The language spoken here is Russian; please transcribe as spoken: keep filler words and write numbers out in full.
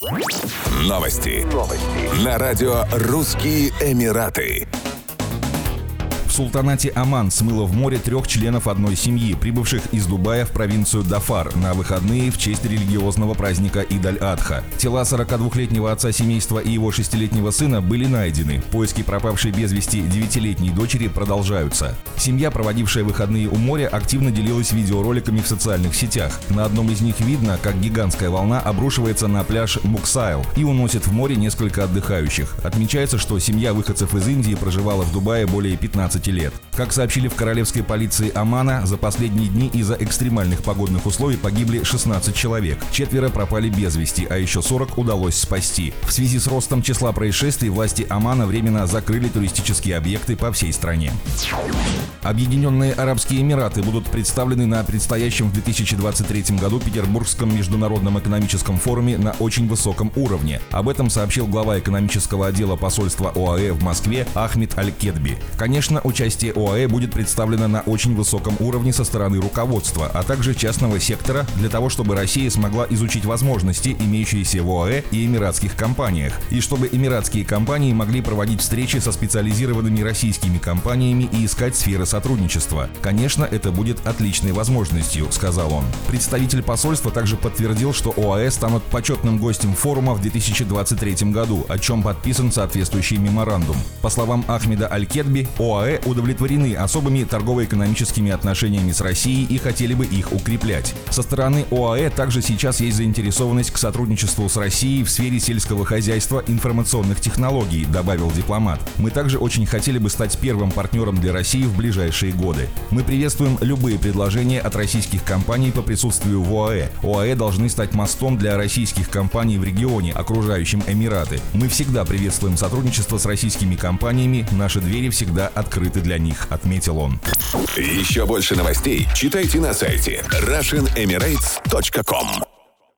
Новости. Новости. На радио «Русские Эмираты». В султанате Оман смыло в море трех членов одной семьи, прибывших из Дубая в провинцию Дафар на выходные в честь религиозного праздника Идаль-Адха. Тела сорокадвухлетнего отца семейства и его шестилетнего сына были найдены. Поиски пропавшей без вести девятилетней дочери продолжаются. Семья, проводившая выходные у моря, активно делилась видеороликами в социальных сетях. На одном из них видно, как гигантская волна обрушивается на пляж Муксайл и уносит в море несколько отдыхающих. Отмечается, что семья выходцев из Индии проживала в Дубае более пятнадцати лет. Как сообщили в королевской полиции Омана, за последние дни из-за экстремальных погодных условий погибли шестнадцать человек. Четверо пропали без вести, а еще сорок удалось спасти. В связи с ростом числа происшествий власти Омана временно закрыли туристические объекты по всей стране. Объединенные Арабские Эмираты будут представлены на предстоящем в две тысячи двадцать третьем году Петербургском международном экономическом форуме на очень высоком уровне. Об этом сообщил глава экономического отдела посольства ОАЭ в Москве Ахмед Аль-Кедби. Конечно, участие ОАЭ будет представлено на очень высоком уровне со стороны руководства, а также частного сектора для того, чтобы Россия смогла изучить возможности, имеющиеся в ОАЭ и эмиратских компаниях, и чтобы эмиратские компании могли проводить встречи со специализированными российскими компаниями и искать сферы сотрудничества. Конечно, это будет отличной возможностью, сказал он. Представитель посольства также подтвердил, что ОАЭ станут почетным гостем форума в две тысячи двадцать третьем году, о чем подписан соответствующий меморандум. По словам Ахмеда Аль-Кедби, ОАЭ удовлетворены особыми торгово-экономическими отношениями с Россией и хотели бы их укреплять. Со стороны ОАЭ также сейчас есть заинтересованность к сотрудничеству с Россией в сфере сельского хозяйства, информационных технологий, добавил дипломат. Мы также очень хотели бы стать первым партнером для России в ближайшие годы. Мы приветствуем любые предложения от российских компаний по присутствию в ОАЭ. ОАЭ должны стать мостом для российских компаний в регионе, окружающем Эмираты. Мы всегда приветствуем сотрудничество с российскими компаниями, наши двери всегда открыты для них, отметил он. Еще больше новостей читайте на сайте Russian Emirates точка ком.